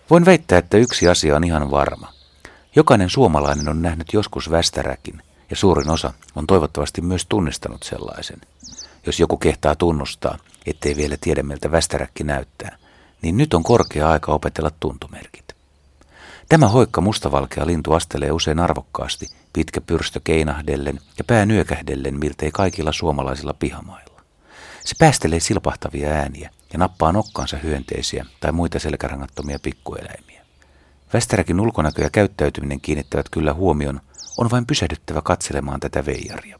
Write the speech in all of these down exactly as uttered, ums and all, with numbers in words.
Voin väittää, että yksi asia on ihan varma. Jokainen suomalainen on nähnyt joskus västäräkin, ja suurin osa on toivottavasti myös tunnistanut sellaisen. Jos joku kehtaa tunnustaa, ettei vielä tiedä miltä västäräkki näyttää, niin nyt on korkea aika opetella tuntomerkit. Tämä hoikka mustavalkea lintu astelee usein arvokkaasti, pitkä pyrstö keinahdellen ja pää nyökähdellen miltei kaikilla suomalaisilla pihamailla. Se päästelee silpahtavia ääniä ja nappaa nokkaansa hyönteisiä tai muita selkärangattomia pikkueläimiä. Västäräkin ulkonäkö ja käyttäytyminen kiinnittävät kyllä huomion, on vain pysähdyttävä katselemaan tätä veijaria.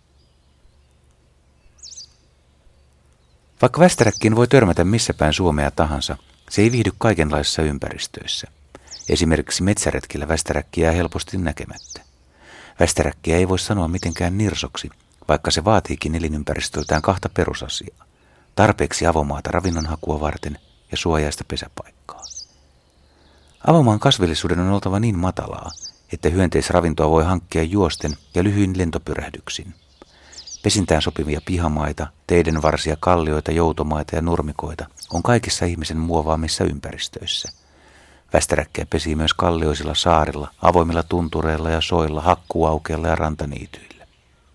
Vaikka västäräkkiin voi törmätä missä päin Suomea tahansa, se ei viihdy kaikenlaisissa ympäristöissä. Esimerkiksi metsäretkillä västäräkki jää helposti näkemättä. Västäräkkiä ei voi sanoa mitenkään nirsoksi, vaikka se vaatiikin elinympäristöltään kahta perusasiaa. Tarpeeksi avomaata ravinnonhakua varten ja suojaista pesäpaikkaa. Avomaan kasvillisuuden on oltava niin matalaa, että hyönteisravintoa voi hankkia juosten ja lyhyin lentopyrähdyksin. Pesintään sopivia pihamaita, teiden varsia, kallioita, joutomaita ja nurmikoita on kaikissa ihmisen muovaamissa ympäristöissä. Västäräkkiä pesii myös kallioisilla saarilla, avoimilla tuntureilla ja soilla, hakkuaukeilla ja rantaniityillä.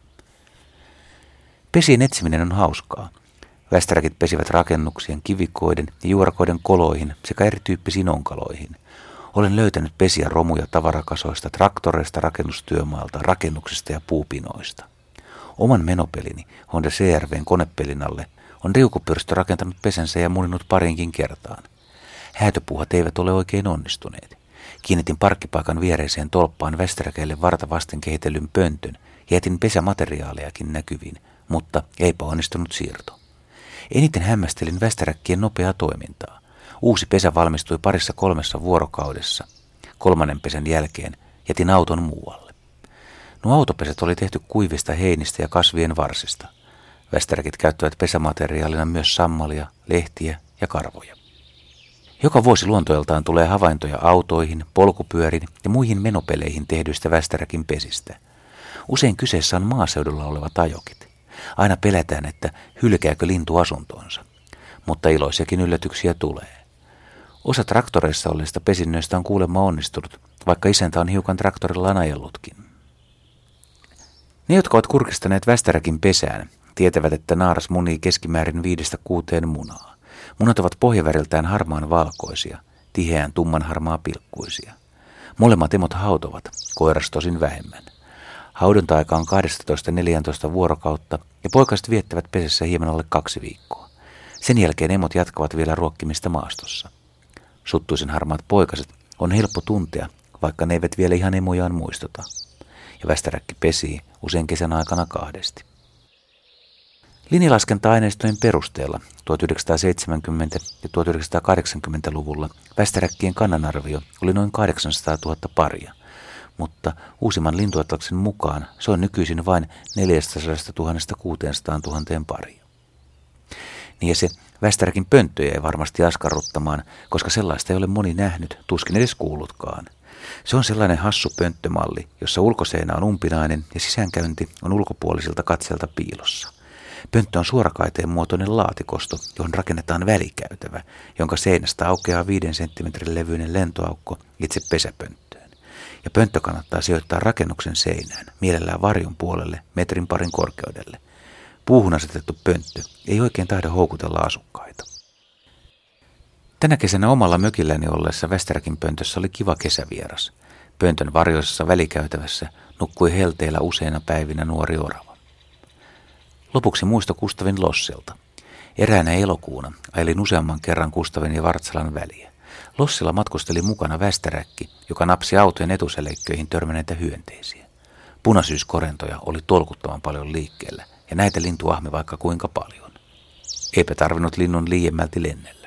Pesien etsiminen on hauskaa. Västäräkit pesivät rakennuksien, kivikoiden ja juurakoiden koloihin sekä erityyppisiin onkaloihin. Olen löytänyt pesiä romuja tavarakasoista, traktoreista, rakennustyömaalta, rakennuksista ja puupinoista. Oman menopelini Honda C R V:n konepelin alle on riukupyrstö rakentanut pesänsä ja muninut parinkin kertaan. Häätöpuuhat eivät ole oikein onnistuneet. Kiinnitin parkkipaikan viereiseen tolppaan västäräkeille varta vasten kehitellyn pöntön ja jätin pesämateriaalejakin näkyviin, mutta eipä onnistunut siirto. Eniten hämmästelin västäräkkien nopeaa toimintaa. Uusi pesä valmistui parissa kolmessa vuorokaudessa. Kolmannen pesän jälkeen jätin auton muualle. Nuo autopesät oli tehty kuivista heinistä ja kasvien varsista. Västäräkit käyttävät pesämateriaalina myös sammalia, lehtiä ja karvoja. Joka vuosi luontoiltaan tulee havaintoja autoihin, polkupyörin ja muihin menopeleihin tehdyistä västäräkin pesistä. Usein kyseessä on maaseudulla olevat ajokit. Aina pelätään, että hylkääkö lintu asuntonsa. Mutta iloisiakin yllätyksiä tulee. Osa traktoreissa olleista pesinnöistä on kuulemma onnistunut, vaikka isäntä on hiukan traktorillaan ajellutkin. Ne, jotka ovat kurkistaneet västäräkin pesään, tietävät, että naaras munii keskimäärin viidestä kuuteen munaa. Munat ovat pohjaväriltään harmaan valkoisia, tiheään tumman harmaa pilkkuisia. Molemmat emot hautovat, koiras tosin vähemmän. Haudonta-aika on kaksitoista neljätoista vuorokautta ja poikaset viettävät pesässä hieman alle kaksi viikkoa. Sen jälkeen emot jatkavat vielä ruokkimista maastossa. Suttuisen harmaat poikaset on helppo tuntea, vaikka ne eivät vielä ihan emojaan muistuta. Ja västäräkki pesii usein kesän aikana kahdesti. Linjalaskenta-aineistojen perusteella tuhatyhdeksänsataaseitsemänkymmentä- ja tuhatyhdeksänsataakahdeksankymmentäluvulla västäräkkien kannanarvio oli noin kahdeksansataatuhatta paria, mutta uusimman lintuatlaksen mukaan se on nykyisin vain neljäsataatuhatta kuuteensataantuhanteen paria. Niin ja se västäräkin pönttöjä ei varmasti askarruttamaan, koska sellaista ei ole moni nähnyt, tuskin edes kuullutkaan. Se on sellainen hassu pönttömalli, jossa ulkoseinä on umpinainen ja sisäänkäynti on ulkopuolisilta katselta piilossa. Pönttö on suorakaiteen muotoinen laatikosto, johon rakennetaan välikäytävä, jonka seinästä aukeaa viiden senttimetrin levyinen lentoaukko itse pesäpönttöön. Ja pönttö kannattaa sijoittaa rakennuksen seinään, mielellään varjon puolelle, metrin parin korkeudelle. Puuhun asetettu pönttö ei oikein tahdo houkutella asukkaita. Tänä kesänä omalla mökilläni ollessa västäräkin pöntössä oli kiva kesävieras. Pöntön varjoisessa välikäytävässä nukkui helteillä useina päivinä nuori orava. Lopuksi muisto Kustavin Lossilta. Eräänä elokuuna ajelin useamman kerran Kustavin ja Vartsalan väliä. Lossilla matkusteli mukana västäräkki, joka napsi autojen etuseleikköihin törmänneitä hyönteisiä. Punasyyskorentoja oli tolkuttoman paljon liikkeellä, ja näitä lintu ahmi vaikka kuinka paljon. Eipä tarvinnut linnun liiemmälti lennellä.